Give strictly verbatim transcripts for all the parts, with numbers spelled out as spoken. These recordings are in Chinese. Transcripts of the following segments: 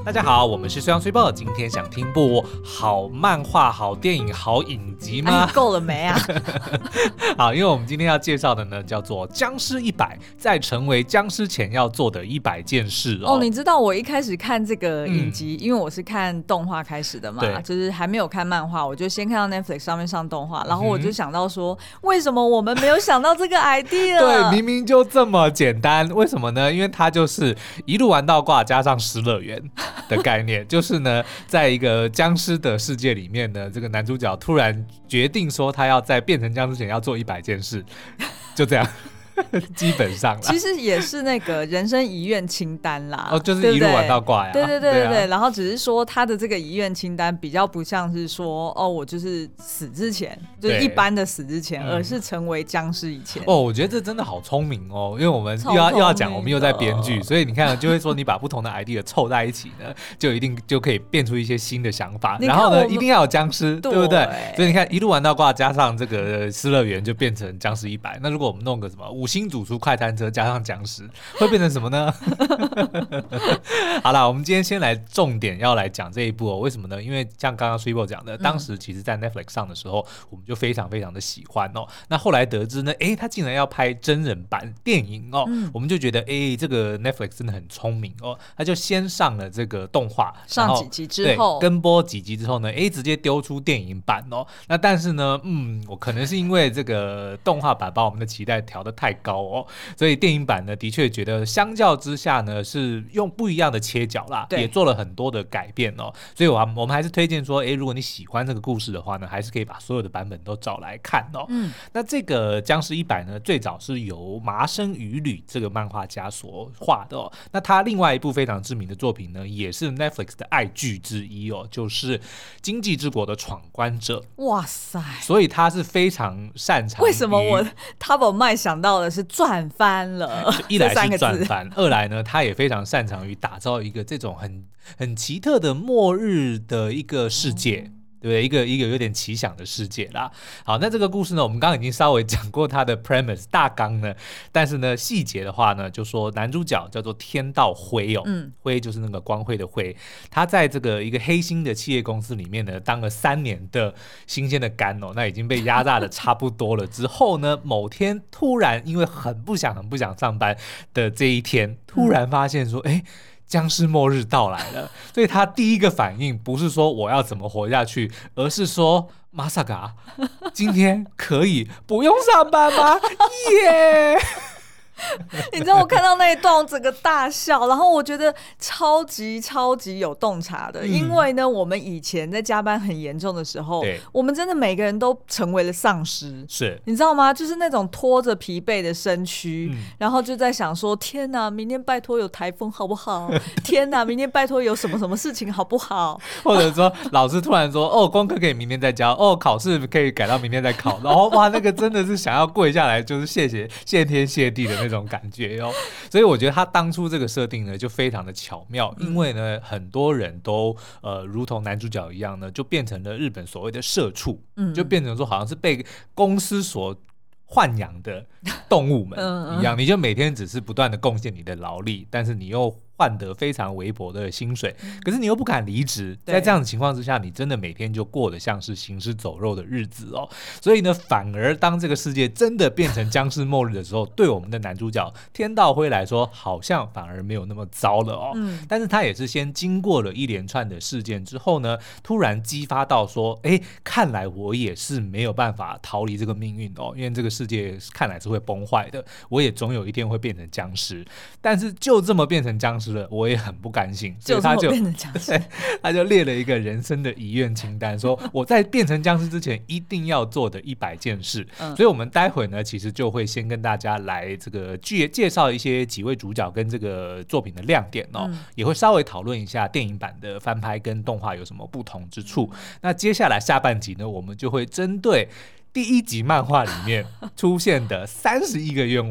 大家好，我们是虽阳虽报，今天想听部好漫画、好电影、好影集吗？ 哎、够了没啊？ 好，因为我们今天要介绍的呢，叫做《僵尸一百》，在成为僵尸前要做的一百件事哦。 哦，你知道我一开始看这个影集， 嗯、 因为我是看动画开始的嘛，就是还没有看漫画，我就先看到 Netflix 上面上动画，然后我就想到说，嗯、为什么我们没有想到这个 idea？ 对，明明就这么简单，为什么呢？因为它就是一路玩到挂加上失乐园的概念，就是呢，在一个僵尸的世界里面呢，这个男主角突然决定说，他要在变成僵尸前要做一百件事，就这样。基本上啦， 其实也是那个人生遗愿清单啦， 哦，就是一路玩到挂呀， 对对对对 对, 对、啊，然后只是说他的这个遗愿清单比较不像是说哦，我就是死之前，就是一般的死之前，而是成为僵尸以前。 哦，我觉得这真的好聪明哦，因为我们又要又要讲，我们又在编剧，所以你看，就会说你把不同的 idea 凑在一起呢，就一定就可以变出一些新的想法。然后呢，一定要有僵尸，对不对？所以你看，一路玩到挂加上这个失乐园，就变成僵尸一百。那如果我们弄个什么五星主厨快餐车加上僵尸，会变成什么呢？好啦，我们今天先来重点要来讲这一部哦。为什么呢？因为像刚刚 Swibo 讲的，当时其实在 Netflix 上的时候，我们就非常非常的喜欢哦。那后来得知呢，哎，他竟然要拍真人版电影哦，嗯、我们就觉得哎，这个 Netflix 真的很聪明哦。他就先上了这个动画， 上几集之后， 跟播几集之后呢，哎，直接丢出电影版哦。那但是呢，嗯，我可能是因为这个动画版把我们的期待调得太高哦。所以电影版呢，的确觉得相较之下呢，是用不一样的切角啦，也做了很多的改变哦。所以我我们还是推荐说，哎，如果你喜欢这个故事的话呢，还是可以把所有的版本都找来看哦。嗯，那这个僵尸一百呢，最早是由麻生羽吕这个漫画家所画的哦。那他另外一部非常知名的作品呢，也是 Netflix 的爱剧之一哦，就是《经济之国的闯关者》。 哇塞！ 所以他是非常擅长。 为什么我 Top Mind 想到的是赚翻了？ 一来是赚翻，二来呢，他也非常擅长于打造一个这种很很奇特的末日的一个世界。嗯，对不对？一个一个有点奇想的世界啦。好，那这个故事呢，我们刚刚已经稍微讲过它的 premise 大纲呢，但是呢，细节的话呢，就说男主角叫做天道辉哦，嗯，辉就是那个光辉的辉，他在这个一个黑心的企业公司里面呢，当了三年的新鲜的肝哦，那已经被压榨的差不多了。之后呢，某天突然因为很不想很不想上班的这一天，突然发现说，哎、嗯。僵尸末日到来了，所以他第一个反应不是说我要怎么活下去，而是说まさか今天可以不用上班吗？耶、yeah! 你知道我看到那一段我整个大笑，然后我觉得超级超级有洞察的、嗯、因为呢我们以前在加班很严重的时候，我们真的每个人都成为了丧尸， 是你知道吗？就是那种拖着疲惫的身躯、嗯、然后就在想说天哪，明天拜托有台风好不好？天哪，明天拜托有什么什么事情好不好？ 或者说老师突然说哦，功课可以明天再交，哦，考试可以改到明天再考，然后哇，那个真的是想要跪下来就是谢谢谢天谢地的那种这种感觉哦，所以我觉得他当初这个设定呢就非常的巧妙，因为呢很多人都呃如同男主角一样呢，就变成了日本所谓的社畜，嗯、就变成说好像是被公司所豢养的动物们一样，你就每天只是不断的贡献你的劳力，但是你又换得非常微薄的薪水，可是你又不敢离职，在这样的情况之下，你真的每天就过得像是行尸走肉的日子哦。所以呢，反而当这个世界真的变成僵尸末日的时候，对我们的男主角天道辉来说，好像反而没有那么糟了哦。嗯、但是他也是先经过了一连串的事件之后呢，突然激发到说，哎，看来我也是没有办法逃离这个命运哦，因为这个世界看来是会崩坏的，我也总有一天会变成僵尸。但是就这么变成僵尸了，我也很不甘心，所以他就他就列了一个人生的遗愿清单，说我在变成僵尸之前一定要做的一百件事。嗯、所以我们待会呢，其实就会先跟大家来这个介绍一些几位主角跟这个作品的亮点哦，嗯、也会稍微讨论一下电影版的翻拍跟动画有什么不同之处。嗯、那接下来下半集呢，我们就会针对第一集漫画里面出现的三十一个愿望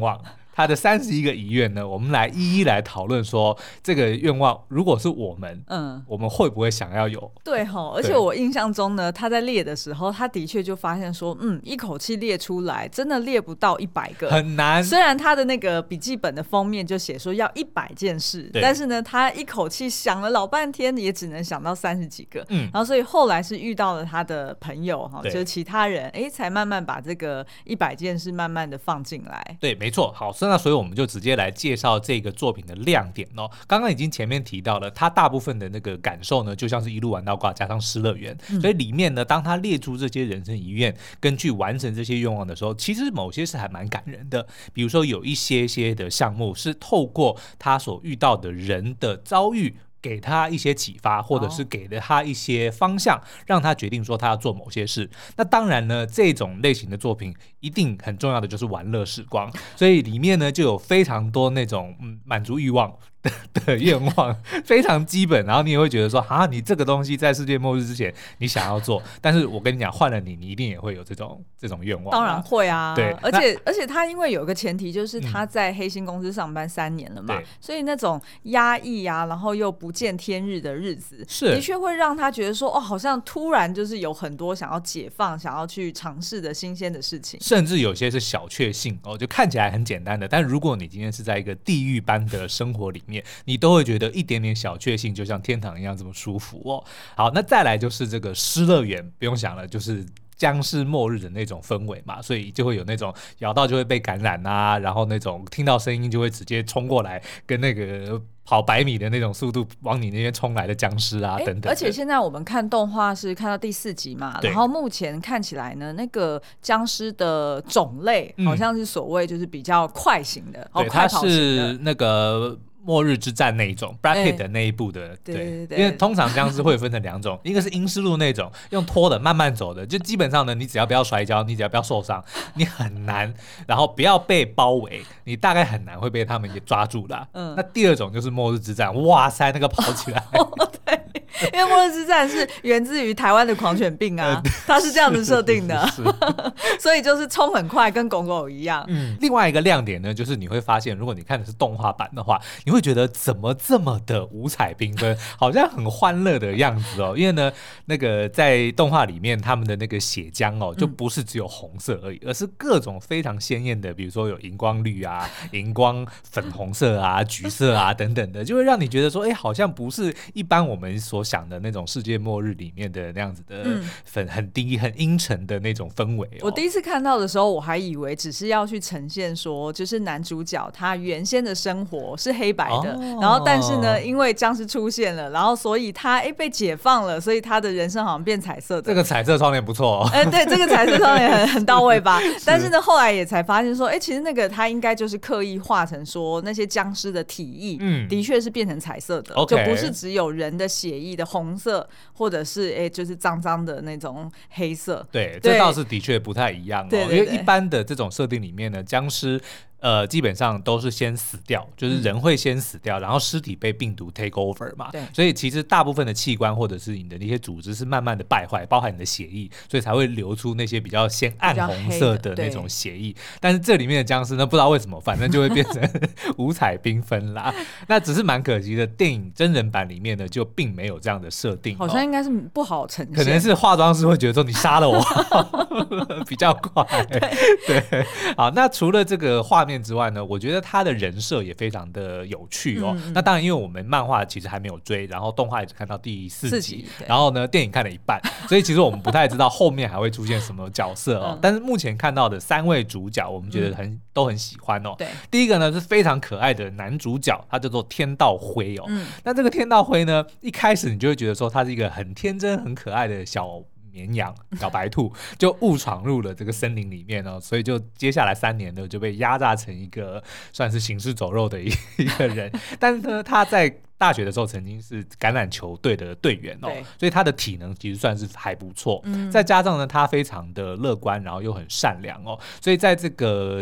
他的三十一个遗愿呢，我们来一一来讨论说，这个愿望如果是我们，嗯，我们会不会想要有？ 对齁，而且我印象中呢，他在列的时候，他的确就发现说，嗯，一口气列出来，真的列不到一百个， 很难。 虽然他的那个笔记本的封面就写说要一百件事，但是呢，他一口气想了老半天，也只能想到三十几个。嗯，然后所以后来是遇到了他的朋友哈，就是其他人，哎，才慢慢把这个一百件事慢慢的放进来。 对，没错。好，那所以我们就直接来介绍这个作品的亮点哦。刚刚已经前面提到了，他大部分的那个感受呢，就像是一路玩到挂加上失乐园、嗯，所以里面呢，当他列出这些人生遗愿，根据完成这些愿望的时候，其实某些是还蛮感人的。比如说有一些些的项目是透过他所遇到的人的遭遇，给他一些启发，或者是给了他一些方向、哦、让他决定说他要做某些事。那当然呢，这种类型的作品一定很重要的就是玩乐时光，所以里面呢就有非常多那种嗯满足欲望的, 的愿望，非常基本。然后你也会觉得说啊，你这个东西在世界末日之前你想要做，但是我跟你讲，换了你，你一定也会有这种这种愿望。 当然会啊， 对， 而且而且他因为有一个前提，就是他在黑心公司上班三年了嘛，嗯、所以那种压抑啊，然后又不见天日的日子， 是的确会让他觉得说，哦，好像突然就是有很多想要解放、想要去尝试的新鲜的事情， 甚至有些是小确幸哦，就看起来很简单的，但如果你今天是在一个地狱般的生活里面，你都会觉得一点点小确幸就像天堂一样这么舒服哦。好，那再来就是这个失乐园，不用想了，就是僵尸末日的那种氛围嘛，所以就会有那种咬到就会被感染啊，然后那种听到声音就会直接冲过来，跟那个跑百米的那种速度往你那边冲来的僵尸啊等等。 而且现在我们看动画是看到第四集嘛，然后目前看起来呢，那个僵尸的种类好像是所谓就是比较快型的， 对，它是那个末日之战那一种 Brad Pitt 的那一部的、欸、对, 对, 对，因为通常僵尸会分成两种，一个是阴尸路那种用拖的慢慢走的，就基本上呢，你只要不要摔跤，你只要不要受伤，你很难，然后不要被包围，你大概很难会被他们给抓住啦。嗯，那第二种就是末日之战，哇塞，那个跑起来哦，对，因为末日之战是源自于台湾的狂犬病啊，它是这样子设定的，是是是是所以就是冲很快，跟狗狗一样。 嗯，另外一个亮点呢，就是你会发现，如果你看的是动画版的话，你会觉得怎么这么的五彩缤纷，好像很欢乐的样子哦。因为呢，那个在动画里面，他们的那个血浆哦，就不是只有红色而已，嗯、而是各种非常鲜艳的，比如说有荧光绿啊、荧光粉红色啊、橘色啊等等的，就会让你觉得说，哎，好像不是一般我们所想的那种世界末日里面的那样子的粉很低、很阴沉的那种氛围、哦。 我第一次看到的时候，我还以为只是要去呈现说，就是男主角他原先的生活是黑白的。哦，然后但是呢，因为僵尸出现了，然后所以他哎被解放了，所以他的人生好像变彩色的。 这个彩色窗帘不错哦。 哎，对，这个彩色窗帘很很到位吧？是，但是呢，后来也才发现说，哎，其实那个他应该就是刻意画成说那些僵尸的体液，嗯，的确是变成彩色的， okay， 就不是只有人的血液的红色，或者是哎就是脏脏的那种黑色。 对，这倒是的确不太一样哦。对对对，因为一般的这种设定里面呢，僵尸呃，基本上都是先死掉，就是人会先死掉，嗯、然后尸体被病毒 take over 嘛。对，所以其实大部分的器官或者是你的那些组织是慢慢的败坏，包含你的血液，所以才会流出那些比较鲜暗红色的那种血液。但是这里面的僵尸呢，不知道为什么，反正就会变成五彩缤纷啦。那只是蛮可惜的，电影真人版里面呢，就并没有这样的设定、哦， 好像应该是不好呈现， 可能是化妆师会觉得说你杀了我比较快。对, 对，好，那除了这个画面之外呢，我觉得他的人设也非常的有趣哦。嗯、那当然，因为我们漫画其实还没有追，然后动画也只看到第四集，四集然后呢，电影看了一半，所以其实我们不太知道后面还会出现什么角色哦。嗯、但是目前看到的三位主角，我们觉得很、嗯、都很喜欢哦。对，第一个呢是非常可爱的男主角，他叫做天道辉哦。嗯、那这个天道辉呢，一开始你就会觉得说他是一个很天真、很可爱的小绵羊小白兔，就误闯入了这个森林里面哦，所以就接下来三年呢就被压榨成一个算是行尸走肉的一个人。但是呢，他在大学的时候曾经是橄榄球队的队员哦，所以他的体能其实算是还不错。嗯、再加上呢，他非常的乐观，然后又很善良哦，所以在这个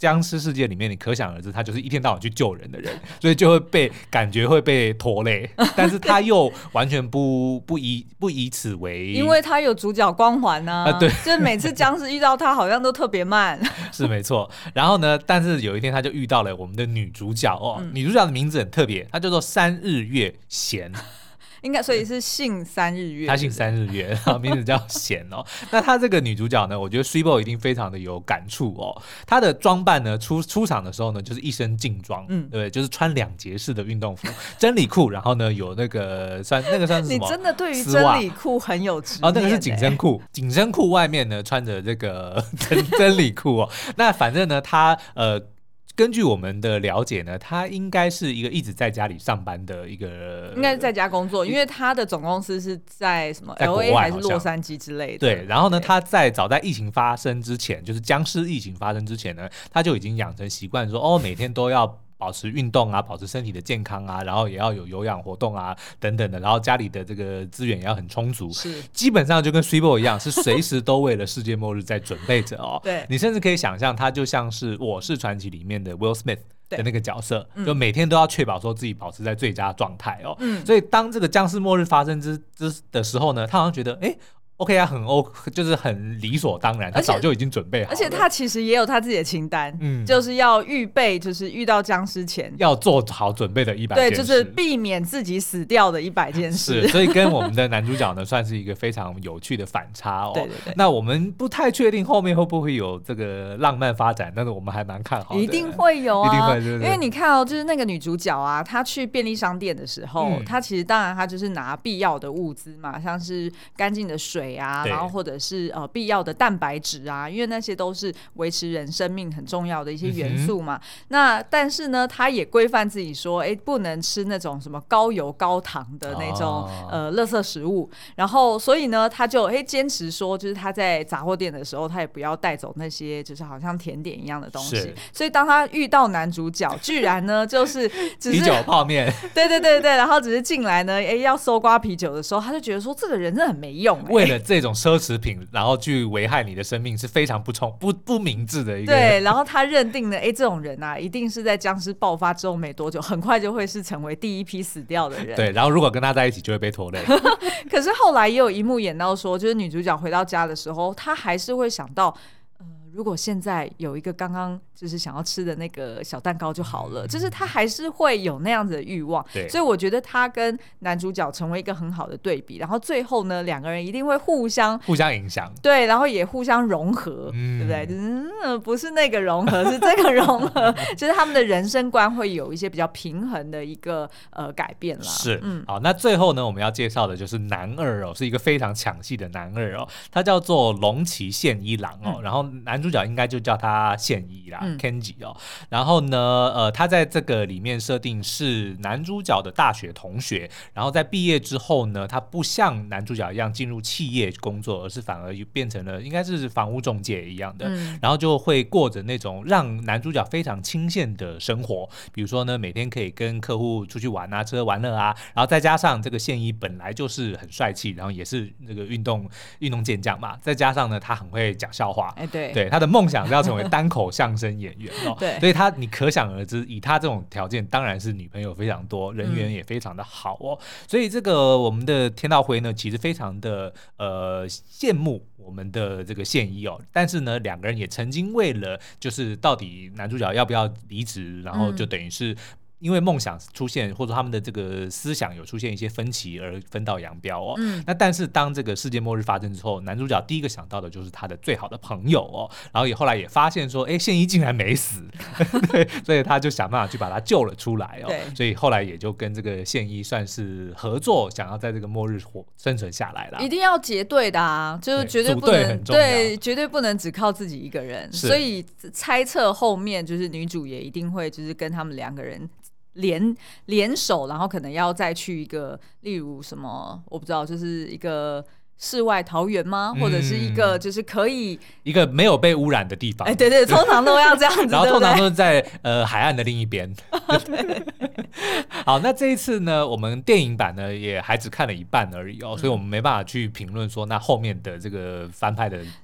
僵尸世界里面，你可想而知，他就是一天到晚去救人的人，所以就会被感觉会被拖累，但是他又完全不不以不以此为， 因为他有主角光环啊， 啊对， 就是每次僵尸遇到他好像都特别慢， 是没错。然后呢，但是有一天他就遇到了我们的女主角哦，嗯、女主角的名字很特别，她叫做三日月弦。 应该所以是姓三日月， 她姓三日月，然后名字叫弦哦。那她这个女主角呢，我觉得 Swibo 一定非常的有感触哦。她的装扮呢，出出场的时候呢，就是一身劲装，嗯，对，就是穿两节式的运动服，真理裤，然后呢有那个算那个算是什么？ 你真的对于真理裤很有执念、欸。 哦，那个是紧身裤，紧身裤外面呢穿着这个真真理裤哦。那反正呢，她呃。根据我们的了解呢，他应该是一个一直在家里上班的一个， 应该是在家工作，因为他的总公司是在什么 L A 还是洛杉矶之类的。 对，然后呢，他在早在疫情发生之前，就是僵尸疫情发生之前呢，他就已经养成习惯说，哦，每天都要保持运动啊，保持身体的健康啊，然后也要有有氧活动啊等等的，然后家里的这个资源也要很充足，是基本上就跟 Swibo 一样，是随时都为了世界末日在准备着哦。 对， 你甚至可以想象，他就像是《我是传奇》里面的 Will Smith。的那个角色，就每天都要确保说自己保持在最佳状态哦。嗯，所以当这个僵尸末日发生之之的时候呢，他好像觉得，哎。OK 啊，很 O， 就是很理所当然，他早就已经准备好了。 而且他其实也有他自己的清单，嗯，就是要预备，就是遇到僵尸前要做好准备的一百件事， 对，就是避免自己死掉的一百件事。 是，所以跟我们的男主角呢，算是一个非常有趣的反差哦。 对对对。 那我们不太确定后面会不会有这个浪漫发展，但是我们还蛮看好的。 一定会有啊， 一定会，对对。 因为你看哦，就是那个女主角啊，她去便利商店的时候，嗯、她其实当然她就是拿必要的物资嘛，像是干净的水啊，然后或者是呃必要的蛋白质啊，因为那些都是维持人生命很重要的一些元素嘛。嗯、那但是呢，他也规范自己说，哎，不能吃那种什么高油高糖的那种、哦、呃垃圾食物。然后所以呢，他就哎坚持说，就是他在杂货店的时候，他也不要带走那些就是好像甜点一样的东西。所以当他遇到男主角，居然呢就是只是啤酒泡面， 对对对对，然后只是进来呢，哎要搜刮啤酒的时候，他就觉得说这个人真的很没用、欸。 为了这种奢侈品，然后去危害你的生命是非常不聪不不明智的一个。 对，然后他认定了，哎，这种人啊，一定是在僵尸爆发之后没多久，很快就会是成为第一批死掉的人。 对，然后如果跟他在一起，就会被拖累。 可是后来也有一幕演到说，就是女主角回到家的时候，她还是会想到。如果现在有一个刚刚就是想要吃的那个小蛋糕就好了，就是他还是会有那样子的欲望，所以我觉得他跟男主角成为一个很好的对比，然后最后呢，两个人一定会互相互相影响， 对，然后也互相融合，嗯、对不对？嗯，不是那个融合，是这个融合，就是他们的人生观会有一些比较平衡的一个呃改变啦。 是，嗯，好，那最后呢，我们要介绍的就是男二哦，是一个非常抢戏的男二哦，他叫做龙崎宪一郎哦，嗯、然后男主角应该就叫他宪一啦、嗯、Kenji 哦。然后呢，呃，他在这个里面设定是男主角的大学同学，然后在毕业之后呢，他不像男主角一样进入企业工作，而是反而变成了应该是房屋中介一样的，嗯、然后就会过着那种让男主角非常清闲的生活，比如说呢，每天可以跟客户出去玩啊，吃喝玩乐啊，然后再加上这个宪一本来就是很帅气，然后也是那个运动运动健将嘛，再加上呢，他很会讲笑话， 哎，对， 对，他的梦想是要成为单口相声演员哦，对，所以他你可想而知，以他这种条件，当然是女朋友非常多，人缘也非常的好哦，嗯、所以这个我们的天道辉呢，其实非常的呃羡慕我们的这个宪一哦，但是呢，两个人也曾经为了就是到底男主角要不要离职，然后就等于是。因为梦想出现，或者他们的这个思想有出现一些分歧而分道扬镳哦。嗯、那但是当这个世界末日发生之后，男主角第一个想到的就是他的最好的朋友哦，然后也后来也发现说，哎，宪一竟然没死，对，所以他就想办法去把他救了出来哦。所以后来也就跟这个宪一算是合作，想要在这个末日活生存下来了。 一定要结对的啊，就是绝对不能 对, 对，绝对不能只靠自己一个人。所以猜测后面就是女主也一定会就是跟他们两个人。联联手，然后可能要再去一个，例如什么，我不知道，就是一个世外桃源吗？或者是一个就是可以一个没有被污染的地方？ 哎，对对，通常都要这样子， 然后通常都是在呃海岸的另一边。好，那这一次呢，我们电影版呢也还只看了一半而已哦，嗯、所以我们没办法去评论说那后面的这个翻拍的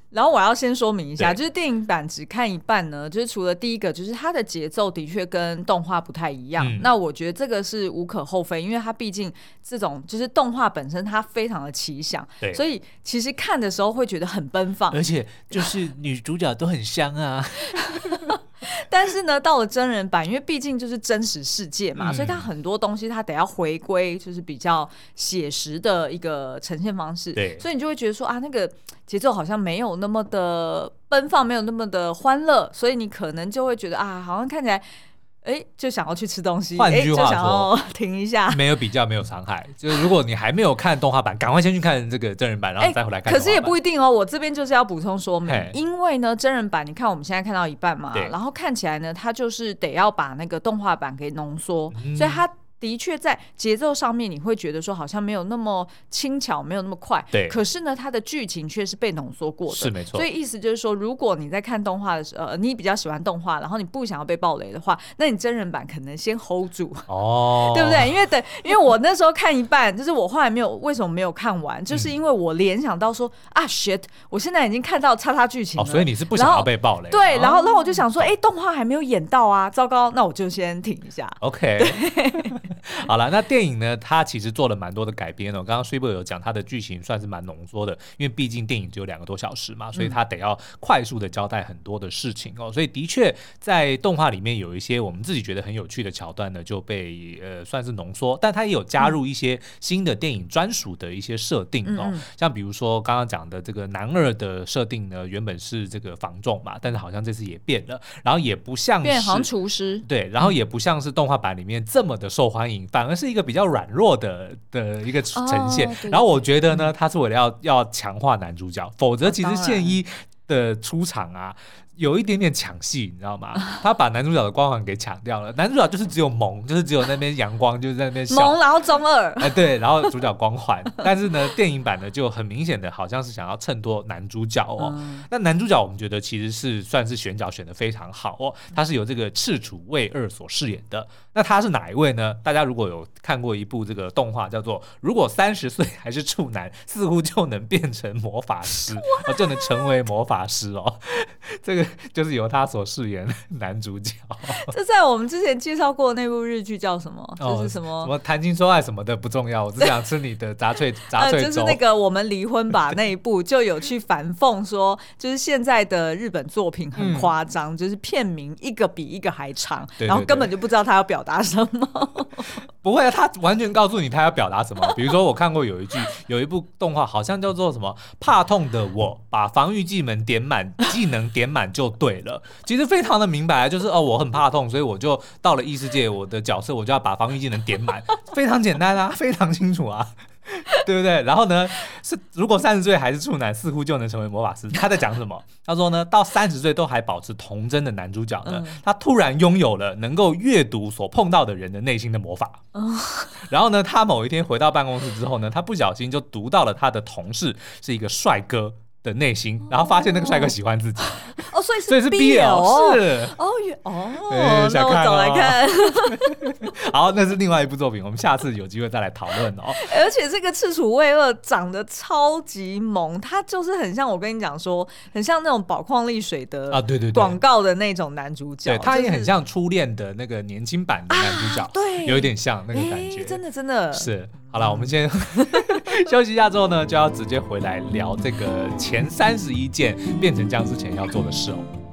然后我要先说明一下，就是电影版只看一半呢，就是除了第一个，就是它的节奏的确跟动画不太一样、嗯、那我觉得这个是无可厚非，因为它毕竟这种就是动画本身它非常的奇想，所以其实看的时候会觉得很奔放， 而且就是女主角都很香啊但是呢到了真人版，因为毕竟就是真实世界嘛、嗯、所以它很多东西它得要回归就是比较写实的一个呈现方式， 对， 所以你就会觉得说啊，那个节奏好像没有那么的奔放，没有那么的欢乐，所以你可能就会觉得啊，好像看起来哎，就想要去吃东西， 换句话说， 就想要停一下。 没有比较，没有伤害。就是如果你还没有看动画版，赶快先去看这个真人版，然后再回来看动画版。 可是也不一定哦，我这边就是要补充说明，因为呢，真人版你看我们现在看到一半嘛，然后看起来呢，它就是得要把那个动画版给浓缩，嗯、所以它的确在节奏上面你会觉得说好像没有那么轻巧，没有那么快， 对， 可是呢它的剧情却是被浓缩过的， 是没错。 所以意思就是说，如果你在看动画的时候、呃、你比较喜欢动画，然后你不想要被爆雷的话，那你真人版可能先 hold 住哦，对不对？因为等因为我那时候看一半，就是我后来没有为什么没有看完，就是因为我联想到说、嗯、啊 shit， 我现在已经看到叉叉剧情了、哦、 所以你是不想要被爆雷， 对，然后然后我就想说哎、欸，动画还没有演到啊，糟糕，那我就先停一下 OK 好了，那电影呢它其实做了蛮多的改编哦，刚刚 Super 有讲它的剧情算是蛮浓缩的，因为毕竟电影只有两个多小时嘛，所以它得要快速的交代很多的事情哦，所以的确在动画里面有一些我们自己觉得很有趣的桥段呢就被呃算是浓缩，但它也有加入一些新的电影专属的一些设定哦、嗯嗯、像比如说刚刚讲的这个男二的设定呢原本是这个房仲嘛，但是好像这次也变了，然后也不像是变好像厨师， 对，然后也不像是动画版里面这么的受欢迎，反而是一个比较软弱的的一个呈现、哦、然后我觉得呢他是为了要要强化男主角，否则其实宪一的出场啊有一点点抢戏，你知道吗？他把男主角的光环给抢掉了，男主角就是只有萌，就是只有那边阳光，就是在那边笑萌，然后中二， 哎，对，然后主角光环，但是呢，电影版呢就很明显的好像是想要衬托男主角哦。嗯、那男主角我们觉得其实是算是选角选得非常好哦，他是由这个赤楚卫二所饰演的。那他是哪一位呢？大家如果有看过一部这个动画叫做《如果三十岁还是处男，似乎就能变成魔法师，哦、就能成为魔法师哦。这个就是由他所饰演的男主角。 这在我们之前介绍过的那部日剧叫什么？哦、就是什么什么谈情说爱什么的不重要，我只想吃你的杂脆杂脆粥、呃。 就是那个我们离婚吧那一部就有去反讽说，就是现在的日本作品很夸张、嗯，就是片名一个比一个还长，对对对，然后根本就不知道他要表达什么。 不会，他完全告诉你他要表达什么。比如说我看过有一句有一部动画好像叫做什么怕痛的我把防御技能点满技能点满就对了，其实非常的明白，就是哦我很怕痛，所以我就到了异世界，我的角色我就要把防御技能点满，非常简单啊，非常清楚啊，对不对？然后呢，是如果三十岁还是处男，似乎就能成为魔法师。他在讲什么？他说呢，到三十岁都还保持童真的男主角呢、嗯，他突然拥有了能够阅读所碰到的人的内心的魔法。嗯、然后呢，他某一天回到办公室之后呢，他不小心就读到了他的同事是一个帅哥的内心，然后发现那个帅哥喜欢自己。 哦，所以是所以是 B L 是哦哦，那我找来看。 好，那是另外一部作品，我们下次有机会再来讨论哦。 而且这个赤楚卫二长得超级萌，他就是很像我跟你讲说，很像那种宝矿力水的啊，对对广告的那种男主角。 对，他也很像初恋的那个年轻版的男主角，啊、 对， 有一点像那个感觉， 真的真的是。好了，我们先休息一下之后呢，就要直接回来聊这个前三十一件变成僵尸前要做的事哦。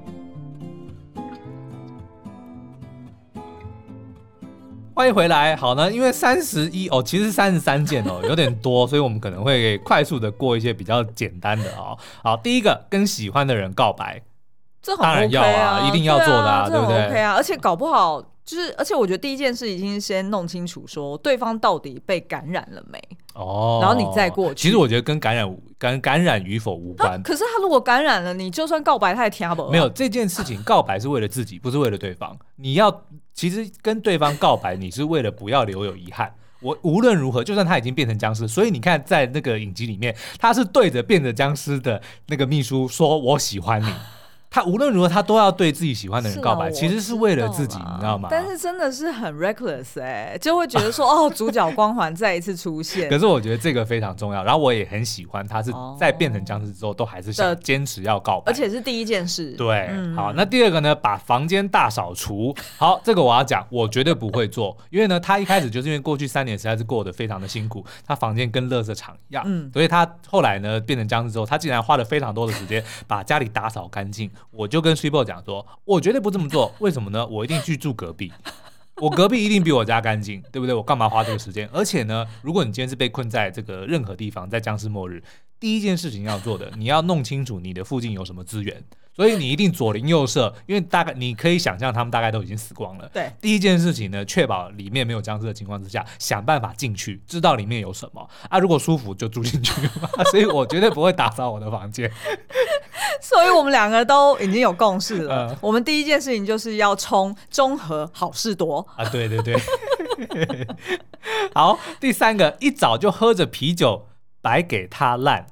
欢迎回来。好呢，因为三十一哦，其实三十三件哦，有点多，所以我们可能会快速的过一些比较简单的哦。好，第一个，跟喜欢的人告白， 这很 OK 啊，当然要啊，一定要做的啊， 对, 啊对不对 ？OK 啊，而且搞不好。就是，而且我觉得第一件事已经先弄清楚，说对方到底被感染了没，哦，然后你再过去。 其实我觉得跟感染感感染与否无关。 可是他如果感染了，你就算告白，他也听不懂。 没有这件事情，告白是为了自己，不是为了对方。你要其实跟对方告白，你是为了不要留有遗憾。我无论如何，就算他已经变成僵尸，所以你看，在那个影集里面，他是对着变成僵尸的那个秘书说：“我喜欢你。” 他无论如何他都要对自己喜欢的人告白，其实是为了自己，你知道吗？ 但是真的是很 reckless 哎、欸，就会觉得说哦，主角光环再一次出现。 可是我觉得这个非常重要，然后我也很喜欢他是在变成僵尸之后都还是想坚持要告白， 而且是第一件事。 对，嗯、好，那第二个呢，把房间大扫除。好，这个我要讲，我绝对不会做，因为呢，他一开始就是因为过去三年实在是过得非常的辛苦，他房间跟垃圾场一样，嗯，所以他后来呢变成僵尸之后，他竟然花了非常多的时间把家里打扫干净。我就跟 Super 讲说，我绝对不这么做，为什么呢？我一定去住隔壁。我隔壁一定比我家干净，对不对？我干嘛花这个时间？而且呢，如果你今天是被困在这个任何地方，在僵尸末日，第一件事情要做的，你要弄清楚你的附近有什么资源，所以你一定左邻右舍，因为大概你可以想象他们大概都已经死光了。 对， 第一件事情呢，确保里面没有僵尸的情况之下，想办法进去，知道里面有什么啊。如果舒服就住进去所以我绝对不会打扫我的房间。 所以我们两个都已经有共识了、嗯、我们第一件事情就是要冲中和好事多啊，对对对好，第三个，一早就喝着啤酒白给他烂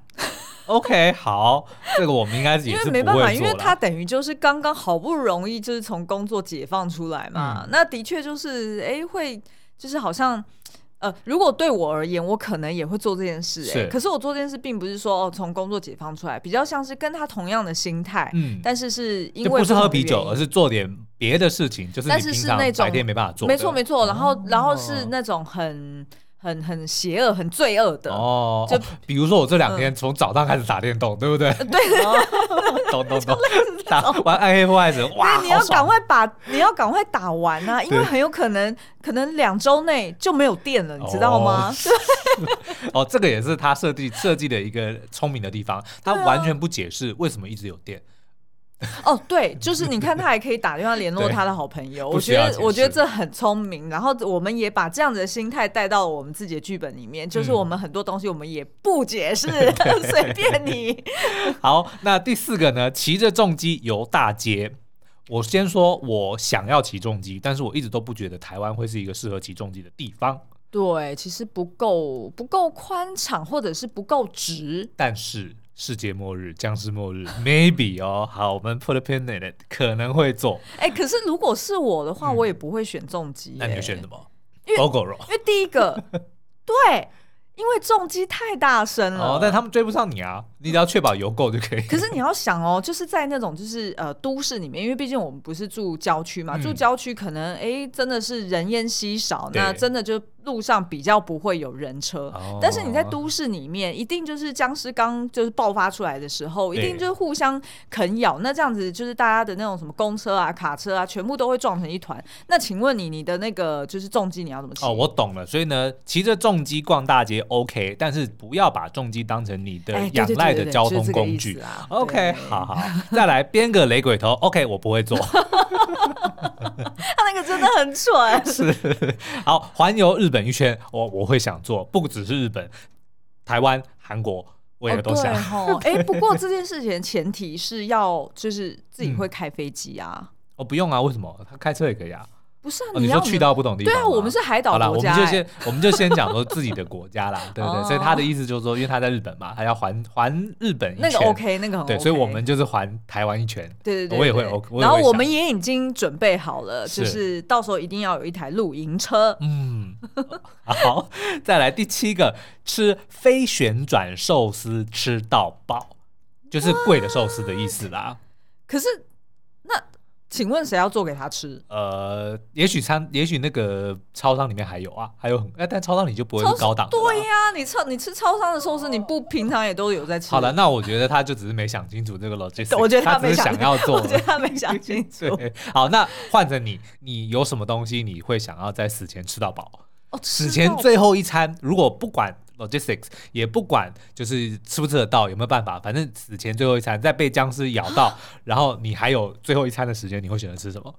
OK， 好，这个我们应该也是不会做啦，因为没办法， 因为他等于就是刚刚好不容易就是从工作解放出来嘛、嗯、那的确就是哎会就是好像呃，如果对我而言，我可能也会做这件事、欸，哎，可是我做这件事并不是说哦从工作解放出来，比较像是跟他同样的心态，嗯，但是是因为就不是喝啤酒，而是做点别的事情，就是你平常白天没办法做的， 没错没错，然后、哦、然后是那种很。很很邪恶、很罪恶的哦，就、哦、比如说我这两天从早上开始打电动，嗯、对不对？ 对， 懂懂懂，打玩暗黑破坏者，哇， 你要赶快把，你要赶快打完啊，因为很有可能，可能两周内就没有电了，你知道吗？ 哦，哦这个也是他设计设计的一个聪明的地方，他完全不解释为什么一直有电。 哦，对，就是你看他还可以打电话联络他的好朋友，我觉得我觉得这很聪明。然后我们也把这样子的心态带到我们自己的剧本里面，就是我们很多东西我们也不解释，随便你。 好，那第四个呢？骑着重机游大街。我先说，我想要骑重机，但是我一直都不觉得台湾会是一个适合骑重机的地方。 对，其实不够不够宽敞，或者是不够直。 但是。世界末日、僵尸末日 ，maybe 哦，好，我们 put a pin in it， 可能会做。 哎、欸，可是如果是我的话，嗯、我也不会选重机、欸。 那你会选什么？ 因为 Gogoro， 因为第一个，对，因为重机太大声了， 哦，但他们追不上你啊，你只要确保油够就可以。 可是你要想哦，就是在那种就是呃都市里面，因为毕竟我们不是住郊区嘛，嗯、住郊区可能哎真的是人烟稀少，那真的就。路上比较不会有人车、哦、但是你在都市里面一定就是僵尸刚就是爆发出来的时候一定就是互相啃咬，那这样子就是大家的那种什么公车啊卡车啊全部都会撞成一团。那请问你你的那个就是重机你要怎么骑？ 哦，我懂了，所以呢骑着重机逛大街 OK， 但是不要把重机当成你的仰赖的交通工具、哎、OK 好好再来编个雷鬼头OK 我不会做他那个真的很蠢是好，环游日本一圈我我会想做，不只是日本，台湾、韩国我也都想。 哦，对哦，哎，不过这件事情的前提是要就是自己会开飞机啊、嗯。 哦，不用啊，为什么？他开车也可以啊。 不是啊， 哦、你说去到不同地方， 对啊，我们是海岛国家、欸。 好啦，我们就先我们就先讲说自己的国家啦，对不对？哦、所以他的意思就是说，因为他在日本嘛，他要环环日本一圈， 那个 OK， 那个很 OK。 对，所以我们就是环台湾一圈。 对对 对, 對， 我也会 OK。 然后我们也已经准备好了，就是到时候一定要有一台露营车。 嗯，好，再来第七个，吃非旋转寿司吃到饱，就是贵的寿司的意思啦。 可是那。请问谁要做给他吃？ 呃，也许餐，也许那个超商里面还有啊，还有很，但超商你就不会是高档的。 对呀、啊，你超你吃超商的寿司，你不平常也都有在吃。 好了，那我觉得他就只是没想清楚这个 logistics， 我觉得他没想要做， 我觉得他没想清楚。 对，好，那换成你，你有什么东西你会想要在死前吃到饱？ 哦， 死前最后一餐，如果不管 logistics， 也不管就是吃不吃得到，有没有办法，反正死前最后一餐，在被僵尸咬到，然后你还有最后一餐的时间，你会选择吃什么？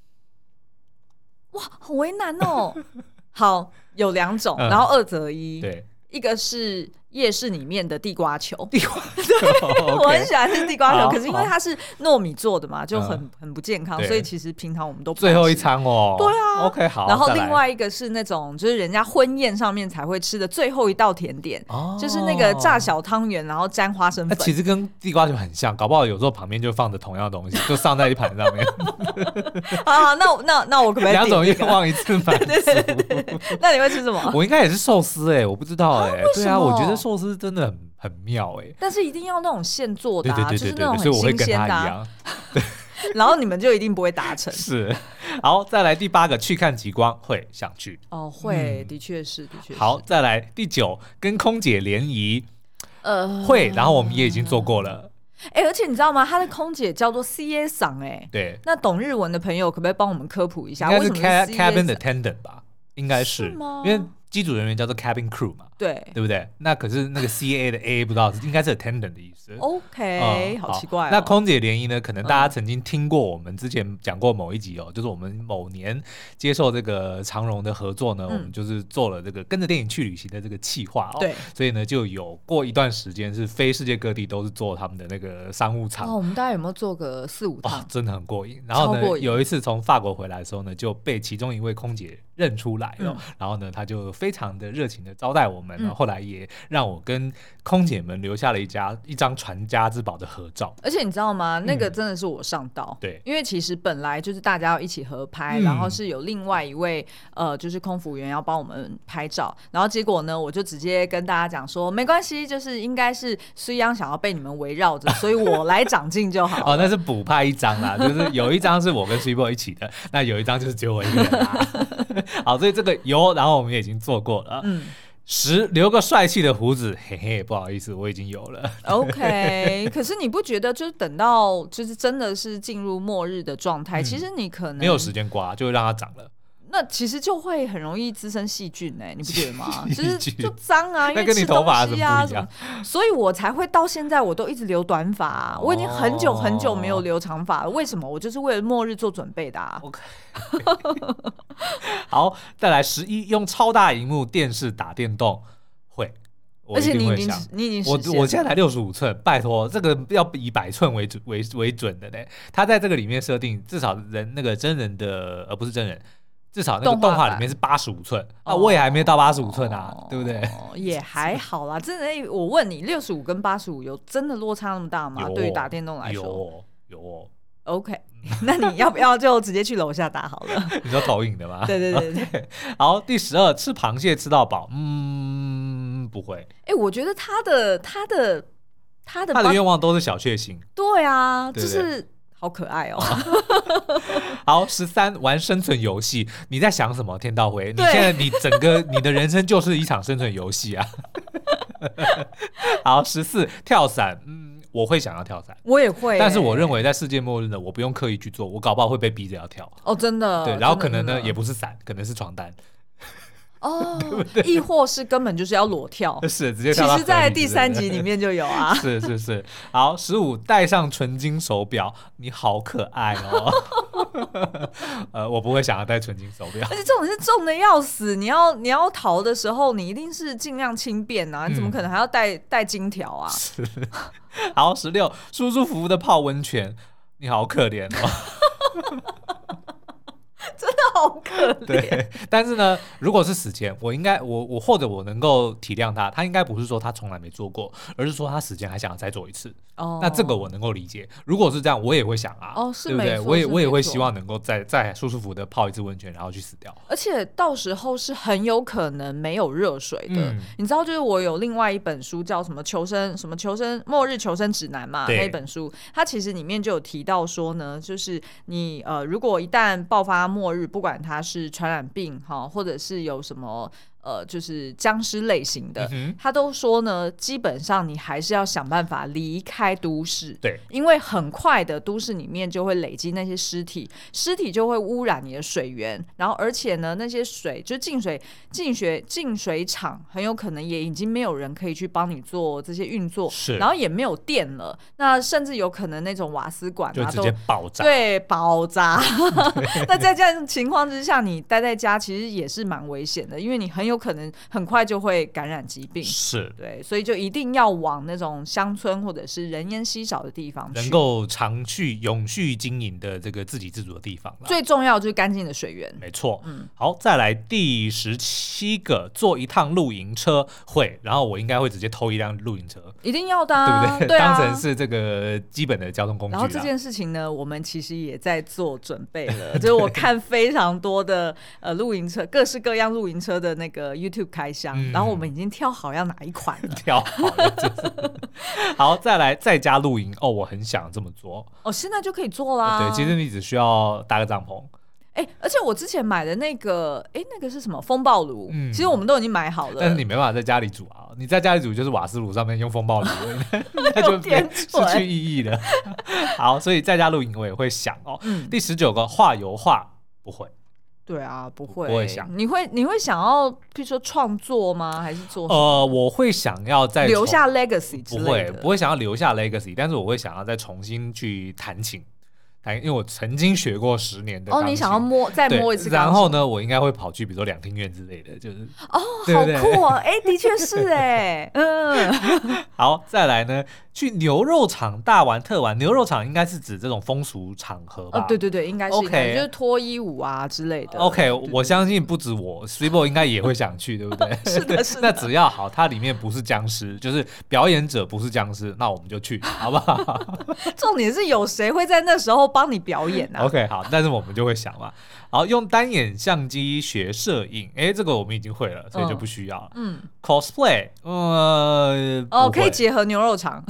哇，好为难哦。好，有两种，嗯、然后二择一。 对， 一个是夜市里面的地瓜球， 地瓜球， 对，我很喜欢吃地瓜球， 好可是因为它是糯米做的嘛，就很、嗯、很不健康，所以其实平常我们都不最后一餐哦。 对啊 ，OK 好。 然后另外一个是那种就是人家婚宴上面才会吃的最后一道甜点，哦、就是那个炸小汤圆，然后沾花生粉。 其实跟地瓜球很像，搞不好有时候旁边就放着同样的东西，就上在一盘上面。 好，那那那我可不可以两种愿望一次满足？ 那你会吃什么？ 我应该也是寿司哎、欸，我不知道哎、欸。对啊，我觉得寿司真的很很妙哎、欸。 但是一定要那种现做的、啊， 对对对对对，就是那种很新鲜的、啊。对， 然后你们就一定不会达成。 是，好，再来第八个，去看极光，会想去。 哦，会，嗯、的确是，的确是。 好，再来第九，跟空姐联谊，呃，会，然后我们也已经做过了。 哎、欸，而且你知道吗？他的空姐叫做 C A 桑，哎， 对。 那懂日文的朋友可不可以帮我们科普一下？ 应该是 cabin attendant 吧？应该是， 是吗？ 因为机组人员叫做 cabin crew 嘛， 对， 对不对？那可是那个 C A 的 A 不知道，应该是 attendant 的意思。 OK，、嗯、好奇怪、哦。 那空姐联谊呢？可能大家曾经听过，我们之前讲过某一集哦，嗯、就是我们某年接受这个长荣的合作呢，嗯、我们就是做了这个跟着电影去旅行的这个企划哦。 对， 所以呢，就有过一段时间是飞世界各地都是坐他们的那个商务舱。 哦，我们大概有没有坐个四五趟？ 哦、真的很过瘾。然后呢，有一次从法国回来的时候呢，就被其中一位空姐认出来了，嗯、然后呢，他就非常的热情的招待我们，然后后来也让我跟空姐们留下了一家一张传家之宝的合照。 而且你知道吗？那个真的是我上道，嗯、对，因为其实本来就是大家要一起合拍，嗯、然后是有另外一位呃，就是空服员要帮我们拍照，然后结果呢，我就直接跟大家讲说，没关系，就是应该是虽央想要被你们围绕着，所以我来长进就好。 哦，那是补拍一张啦，就是有一张是我跟 Super 一起的，那有一张就是只有我一个人啦。好，所以这个有，然后我们也已经做过了。嗯。十，留个帅气的胡子，嘿嘿，不好意思，我已经有了。 OK， 可是你不觉得就是等到就是真的是进入末日的状态，嗯、其实你可能没有时间刮，就会让它长了。 那其实就会很容易滋生细菌哎、欸，你不觉得吗？就是就脏啊，因为吃东西啊， 那跟你头发怎么不一样？所以我才会到现在我都一直留短发、啊，哦、我已经很久很久没有留长发了。为什么？我就是为了末日做准备的啊。 OK， 好，再来十一，用超大萤幕电视打电动会。 而且你已经你已经实现了， 我我现在才六十五寸，拜托，这个要以百寸为准为为准的嘞。他在这个里面设定，至少人那个真人的，而不是真人。至少那个动画里面是八十五寸，啊，我也还没到八十五寸啊，哦、对不对？ 也还好啦，真的。我问你，六十五跟八十五有真的落差那么大吗？对于打电动来说， 有哦，有哦。 OK， 那你要不要就直接去楼下打好了？ 你说投影的吗？ 对对对对。 Okay. 好，第十二，吃螃蟹吃到饱，嗯，不会。 哎、欸，我觉得他的他的他的他的愿望都是小确幸。 对啊，对对对，就是好可爱哦。 好，十三，玩生存游戏，你在想什么？天道辉，你现在你整个你的人生就是一场生存游戏啊。好，十四，跳伞，嗯，我会想要跳伞， 我也会、欸， 但是我认为在世界末日呢，我不用刻意去做，我搞不好会被逼着要跳。 哦，真的。 对，然后可能呢也不是伞，可能是床单。 哦，对对，亦或是根本就是要裸跳， 是直接跳到。 其实，在第三集里面就有啊。 是是是，好，十五，戴上纯金手表，你好可爱哦。呃，我不会想要戴纯金手表， 而且这种是重的要死，你要你要逃的时候，你一定是尽量轻便啊，你怎么可能还要戴戴金条啊？ 是。好，十六，舒舒服服的泡温泉，你好可怜哦。 真的好可怜。 对，但是呢，如果是死前，我应该我我或者我能够体谅他，他应该不是说他从来没做过，而是说他死前还想要再做一次。哦，那这个我能够理解。如果是这样，我也会想啊， 哦，是对不对？我也我也会希望能够再再舒舒服服的泡一次温泉，然后去死掉。 而且到时候是很有可能没有热水的。嗯、你知道，就是我有另外一本书叫什么求生什么求生末日求生指南嘛，那一本书，它其实里面就有提到说呢，就是你呃，如果一旦爆发末日，不管它是传染病哈，或者是有什么。呃，就是僵尸类型的、嗯，他都说呢，基本上你还是要想办法离开都市， 对， 因为很快的都市里面就会累积那些尸体，尸体就会污染你的水源，然后而且呢，那些水就净水净水净水厂很有可能也已经没有人可以去帮你做这些运作， 是， 然后也没有电了，那甚至有可能那种瓦斯管、啊、 就直接爆炸， 对，爆炸。那在这样情况之下，你待在家其实也是蛮危险的，因为你很有有可能很快就会感染疾病。 是， 对，所以就一定要往那种乡村或者是人烟稀少的地方去， 能够长续永续经营的这个自给自足的地方啦。 最重要就是干净的水源。 没错。嗯，好，再来第十七个，坐一趟露营车会，然后我应该会直接偷一辆露营车， 一定要的、啊， 对不对？ 对啊， 当成是这个基本的交通工具。 然后这件事情呢，我们其实也在做准备了，就是我看非常多的呃露营车，各式各样露营车的那个 YouTube 开箱、嗯，然后我们已经挑好要哪一款了， 挑好了、就是。好，再来在家露营哦，我很想这么做哦，现在就可以做啦。 对，其实你只需要搭个帐篷。 哎、欸，而且我之前买的那个，哎、欸，那个是什么风暴炉、嗯？其实我们都已经买好了， 但是你没办法在家里煮啊！你在家里煮就是瓦斯炉上面用风暴炉，那就失去意义了。好，所以在家露营我也会想哦。嗯、第十九个画油画不会。 对啊，不会， 不会想。 你会你会想要，譬如说创作吗？还是做什么？ 呃，我会想要再留下 legacy 之类的。 不会，不会想要留下 legacy， 但是我会想要再重新去弹琴。因为我曾经学过十年的钢琴。 哦，你想要摸再摸一次钢琴？ 然后呢，我应该会跑去比如说两厅院之类的，就是哦，对对好酷哦！哎、欸，的确是哎，嗯。 好，再来呢，去牛肉场大玩特玩。牛肉场应该是指这种风俗场合吧？ 哦，对对对，应该是 OK， 就是脱衣舞啊之类的。 OK， 对对对， 我相信不止我 Sribo 应该也会想去，对不对？ 是的，是的。 那只要好，它里面不是僵尸，就是表演者不是僵尸，那我们就去，好不好？ 重点是有谁会在那时候帮你表演啊 ？OK， 好，但是我们就会想嘛，好，用单眼相机学摄影，哎，这个我们已经会了，所以就不需要。嗯 ，cosplay， 呃， 哦，可以结合牛肉场。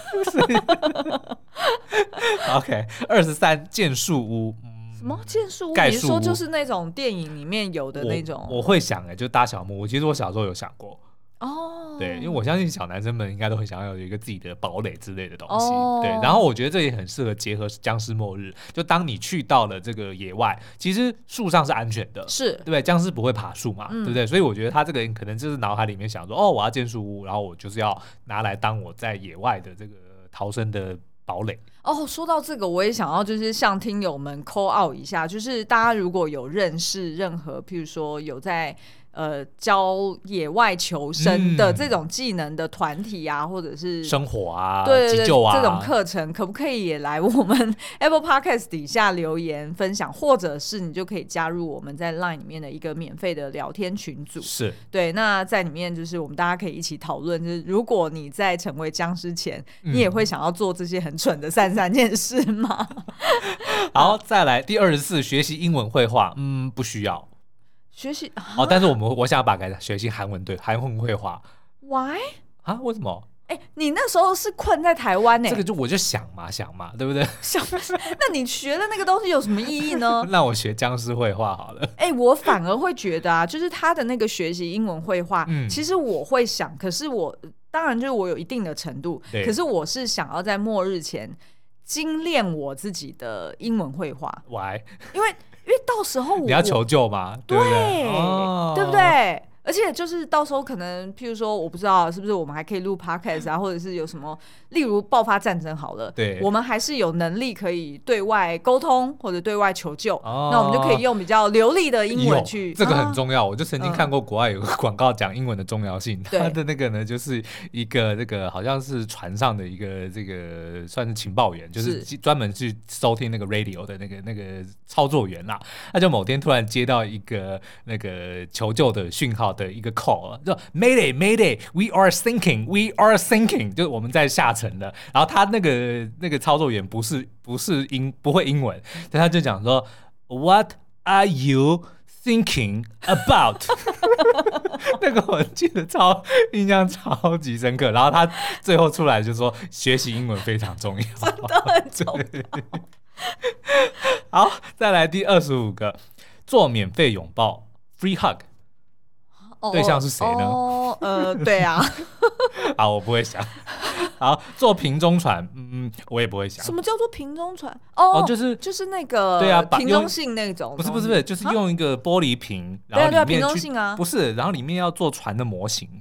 OK， 二十三剑树屋。 什么剑树屋？ 你是说就是那种电影里面有的那种？ 我, 我会想哎、欸，就搭小木屋。其实我小时候有想过。 哦， 对，因为我相信小男生们应该都很想要有一个自己的堡垒之类的东西。 哦、 对，然后我觉得这也很适合结合僵尸末日。就当你去到了这个野外，其实树上是安全的， 是对不对？僵尸不会爬树嘛、嗯，对不对？所以我觉得他这个人可能就是脑海里面想说，哦，我要建树屋，然后我就是要拿来当我在野外的这个逃生的堡垒。 哦，说到这个，我也想要就是向听友们 call out 一下，就是大家如果有认识任何，譬如说有在呃教野外求生的这种技能的团体啊，嗯、或者是生火啊、 对对对急救啊这种课程，可不可以也来我们 Apple Podcast 底下留言分享，或者是你就可以加入我们在 Line 里面的一个免费的聊天群组。 是， 对，那在里面就是我们大家可以一起讨论，就是如果你在成为僵尸前，嗯、你也会想要做这些很蠢的三三件事吗？ 好，再来第二十四，学习英文绘画，嗯，不需要。 学习哦，但是我们我想把改学习韩文，对，韩文绘画。 Why 啊？为什么？ 哎、欸，你那时候是困在台湾呢、欸， 这个就我就想嘛想嘛，对不对？ 想，那你学的那个东西有什么意义呢？ 那我学僵尸绘画好了。 哎、欸，我反而会觉得啊，就是他的那个学习英文绘画、嗯，其实我会想，可是我当然就是我有一定的程度，可是我是想要在末日前精炼我自己的英文绘画。 Why？ 因为因为到时候我你要求救嘛，对不对？ 对，哦、对不对？而且就是到时候可能，譬如说，我不知道是不是我们还可以录 podcast 啊，或者是有什么，例如爆发战争好了， 对， 我们还是有能力可以对外沟通或者对外求救，哦、那我们就可以用比较流利的英文去。 这个很重要，啊、我就曾经看过国外有个广告讲英文的重要性，它、嗯、的那个呢，就是一个这个好像是船上的一个这个算是情报员，就是专门去收听那个 radio 的那个那个操作员啦，他就某天突然接到一个那个求救的讯号。的一个 call 就 Mayday Mayday We are sinking We are sinking 就是我们在下沉了，然后他那个那个操作员不是不是英不会英文，但他就讲说 What are you thinking about 那个我记得超印象超级深刻，然后他最后出来就说学习英文非常重要， 真的很重要好，再来第二十五个，做免费拥抱 Free hug，对象是谁呢？ 哦，呃，对啊。 好，我不会想。好，坐瓶中船，嗯，我也不会想。 什么叫做瓶中船？哦， 哦就是就是那个， 对啊， 瓶中信那种。 不是不是不是，就是用一个玻璃瓶， 然后里面对啊对啊，瓶中信啊， 不是，然后里面要做船的模型。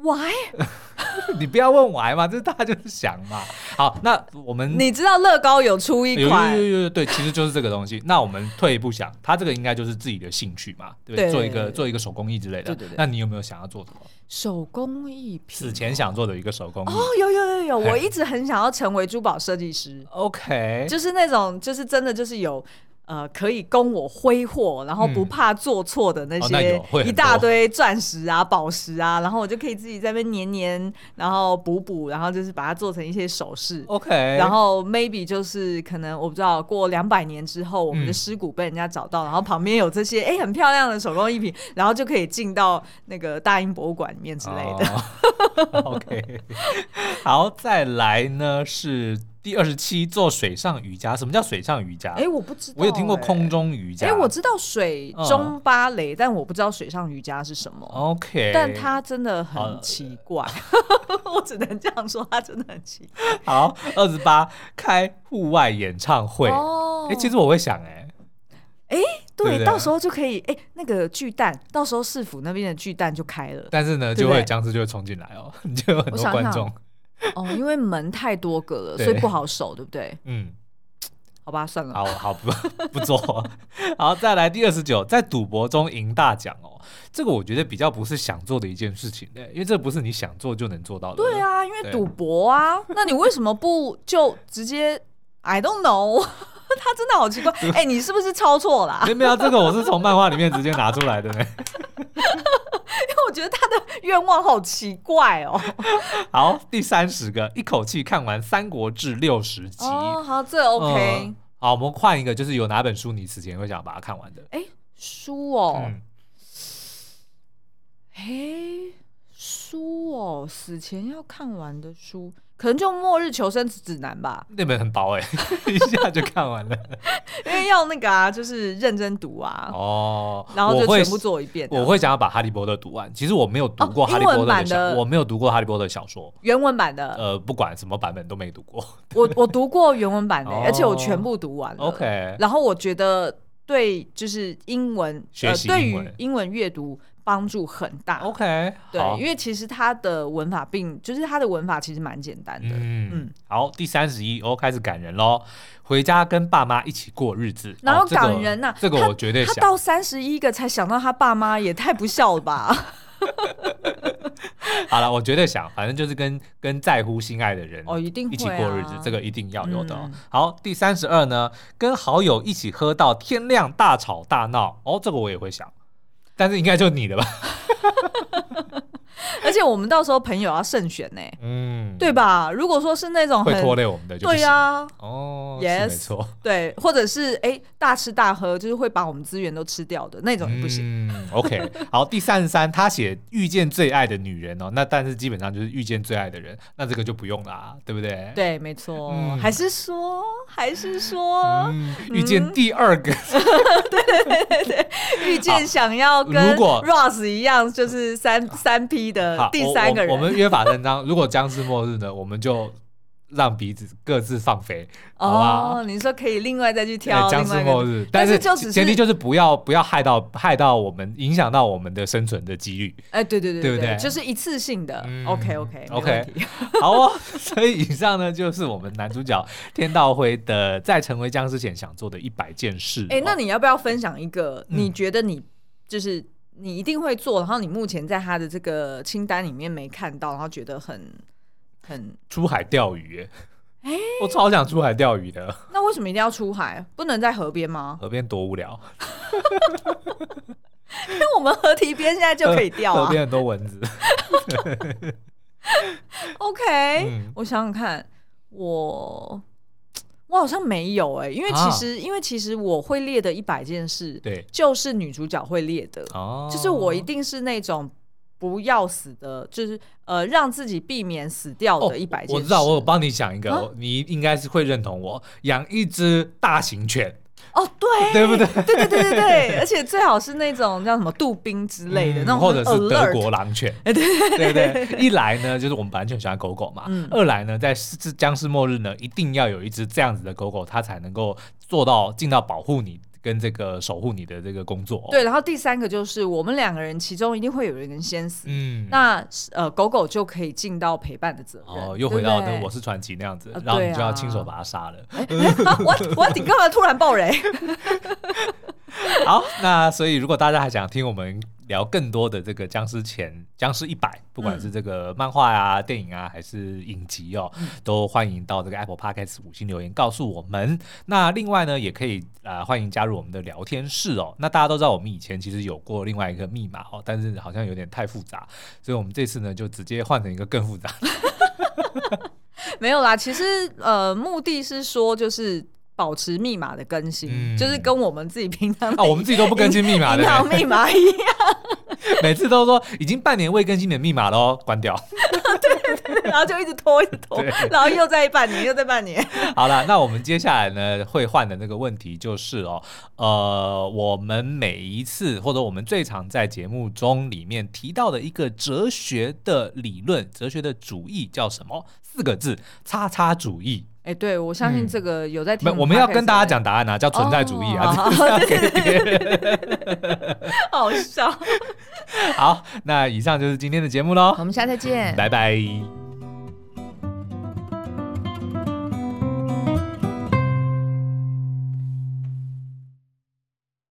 Why？ 你不要问 why 嘛，这大家就是想嘛。好，那我们你知道乐高有出一款， 有有有有对，其实就是这个东西。那我们退一步想，他这个应该就是自己的兴趣嘛，对不对？ 对做一个做一个手工艺之类的。 对对对。 那你有没有想要做什么？ 手工艺品， 此前想做的一个手工艺。 哦，有有有有，我一直很想要成为珠宝设计师。 OK， 就是那种，就是真的就是有。呃，可以供我挥霍，然后不怕做错的那些一大堆钻石啊、宝石啊，然后我就可以自己在那边黏黏，然后补补，然后就是把它做成一些首饰。 OK， 然后 maybe 就是可能我不知道，过两百年之后，我们的尸骨被人家找到，嗯、然后旁边有这些哎很漂亮的手工艺品，然后就可以进到那个大英博物馆里面之类的。 哦、OK， 好，再来呢是。第二十七，做水上瑜伽。什么叫水上瑜伽？ 哎，我不知道、欸。 我有听过空中瑜伽。 哎，我知道水中芭蕾、嗯，但我不知道水上瑜伽是什么。 OK， 但它真的很奇怪，我只能这样说，它真的很奇怪。 好，二十八，开户外演唱会。哦，哎，其实我会想、欸，哎， 哎，对，到时候就可以，哎，那个巨蛋，到时候市府那边的巨蛋就开了。 但是呢，就会僵尸就会冲进来哦，就有很多观众。 哦，因为门太多个了，所以不好守，对不对？ 嗯， 好吧，算了， 好好不不做。好，再来第二十九，在赌博中赢大奖哦，这个我觉得比较不是想做的一件事情的，因为这不是你想做就能做到的。 对啊，因为赌博啊，那你为什么不就直接 I don't know？ 他真的好奇怪，哎、欸，你是不是抄错啦？ 没有，这个我是从漫画里面直接拿出来的呢。 因为我觉得他的愿望好奇怪哦。 好，第三十个，一口气看完《三国志》六十集。 哦，好，这 OK、嗯。 好，我们换一个，就是有哪本书你此前会想把它看完的？ 哎、欸，书哦，哎、嗯欸，书哦，死前要看完的书。可能就《末日求生指南》吧， 那本很薄哎、欸，一下就看完了。 因为要那个啊，就是认真读啊。 哦， 然后就全部做一遍。 我会想要把《哈利波特》读完。其实我没有读过《哈利波特》的小、哦，我没有读过《哈利波特》小说， 原文版的。 呃，不管什么版本都没读过。 我我读过原文版的、欸哦，而且我全部读完了。 OK， 然后我觉得对，就是英文学习英文、 呃、对于英文阅读。帮助很大 ，OK， 对，因为其实它的文法并就是它的文法其实蛮简单的，嗯嗯。 好，第三十一哦，开始感人咯，回家跟爸妈一起过日子， 然后感人呐、啊哦这個，这个我绝对想。 他到三十一个才想到他爸妈，也太不孝了吧。 好了，我绝对想，反正就是跟跟在乎心爱的人哦，一定一起过日子、 啊， 这个一定要有的、哦嗯。 好，第三十二呢，跟好友一起喝到天亮，大吵大闹，哦，这个我也会想。但是应该就你的吧。 而且我们到时候朋友要慎选呢、欸，嗯，对吧？如果说是那种会拖累我们的就， 对啊， 哦 ，yes， 没错， 对，或者是哎、欸、大吃大喝，就是会把我们资源都吃掉的那种也不行。 嗯 ，OK， 好，第三十三，他写遇见最爱的女人哦，那但是基本上就是遇见最爱的人，那这个就不用啦，对不对？ 对，没错、嗯，还是说，还是说， 嗯、遇见第二个， 对对对对，遇见想要跟 Ross 一样，就是三三 P 的。第三个人， 我, 我, 我们约法三章，如果僵尸末日呢，我们就让彼此各自放飞，好吧？ 哦，你说可以另外再去挑僵尸末日，但是就只是前提就是不要不要害到害到我们，影响到我们的生存的几率。 哎，对对对对不对？ 就是一次性的。嗯、OK OK OK， 好哦。所以以上呢，就是我们男主角天道辉的在成为僵尸前想做的一百件事。 哎，那你要不要分享一个？你觉得你就是？你一定会做，然后你目前在他的这个清单里面没看到，然后觉得很很出海钓鱼， 哎、欸， 我超想出海钓鱼的。 那为什么一定要出海？不能在河边吗？ 河边多无聊。 因为我们河堤边现在就可以钓啊， 河边很多蚊子。 OK，、嗯、我想想看，我。我好像没有哎、欸，因为其实、啊，因为其实我会列的一百件事， 对， 就是女主角会列的， 哦， 就是我一定是那种不要死的，就是呃让自己避免死掉的一百件事、哦。 我知道，我有帮你想一个、啊，你应该是会认同我，养一只大型犬。 哦，对， 对不对？ 对对对对对，而且最好是那种叫什么杜宾之类的、嗯、那种， 或者是德国狼犬， 对对对, 对对。一来呢，就是我们本来就很喜欢狗狗嘛、嗯；二来呢，在僵尸末日呢，一定要有一只这样子的狗狗，它才能够做到尽到保护你跟这个守护你的这个工作、哦。 对，然后第三个就是我们两个人其中一定会有一个人先死，嗯，那呃狗狗就可以尽到陪伴的责任。 哦，又回到那我是传奇那样子，呃、然后你就要亲手把它杀了。 欸啊、我我你干嘛突然爆雷？ 好，那所以如果大家还想听我们聊更多的这个僵尸前僵尸一百，不管是这个漫画啊、嗯、电影啊还是影集哦、嗯，都欢迎到这个 Apple Podcast 五星留言告诉我们。那另外呢，也可以、呃、欢迎加入我们的聊天室哦。那大家都知道我们以前其实有过另外一个密码哦，但是好像有点太复杂，所以我们这次呢就直接换成一个更复杂。 没有啦，其实呃目的是说就是保持密码的更新、嗯、就是跟我们自己平常啊，我们自己都不更新密码的银行密码一样。 每次都说已经半年未更新的密码咯，关掉。 对对对，然后就一直拖一直拖，然后又再半年又再半年。 好了，那我们接下来呢会换的那个问题就是哦，呃，我们每一次或者我们最常在节目中里面提到的一个哲学的理论、哲学的主义叫什么？四个字：叉叉主义。 哎、欸，对，我相信这个有在听、 嗯。我们要跟大家讲答案啊，叫存在主义啊。 哦、对对对对对好笑。 好，那以上就是今天的节目咯， 我们下次见， 拜拜。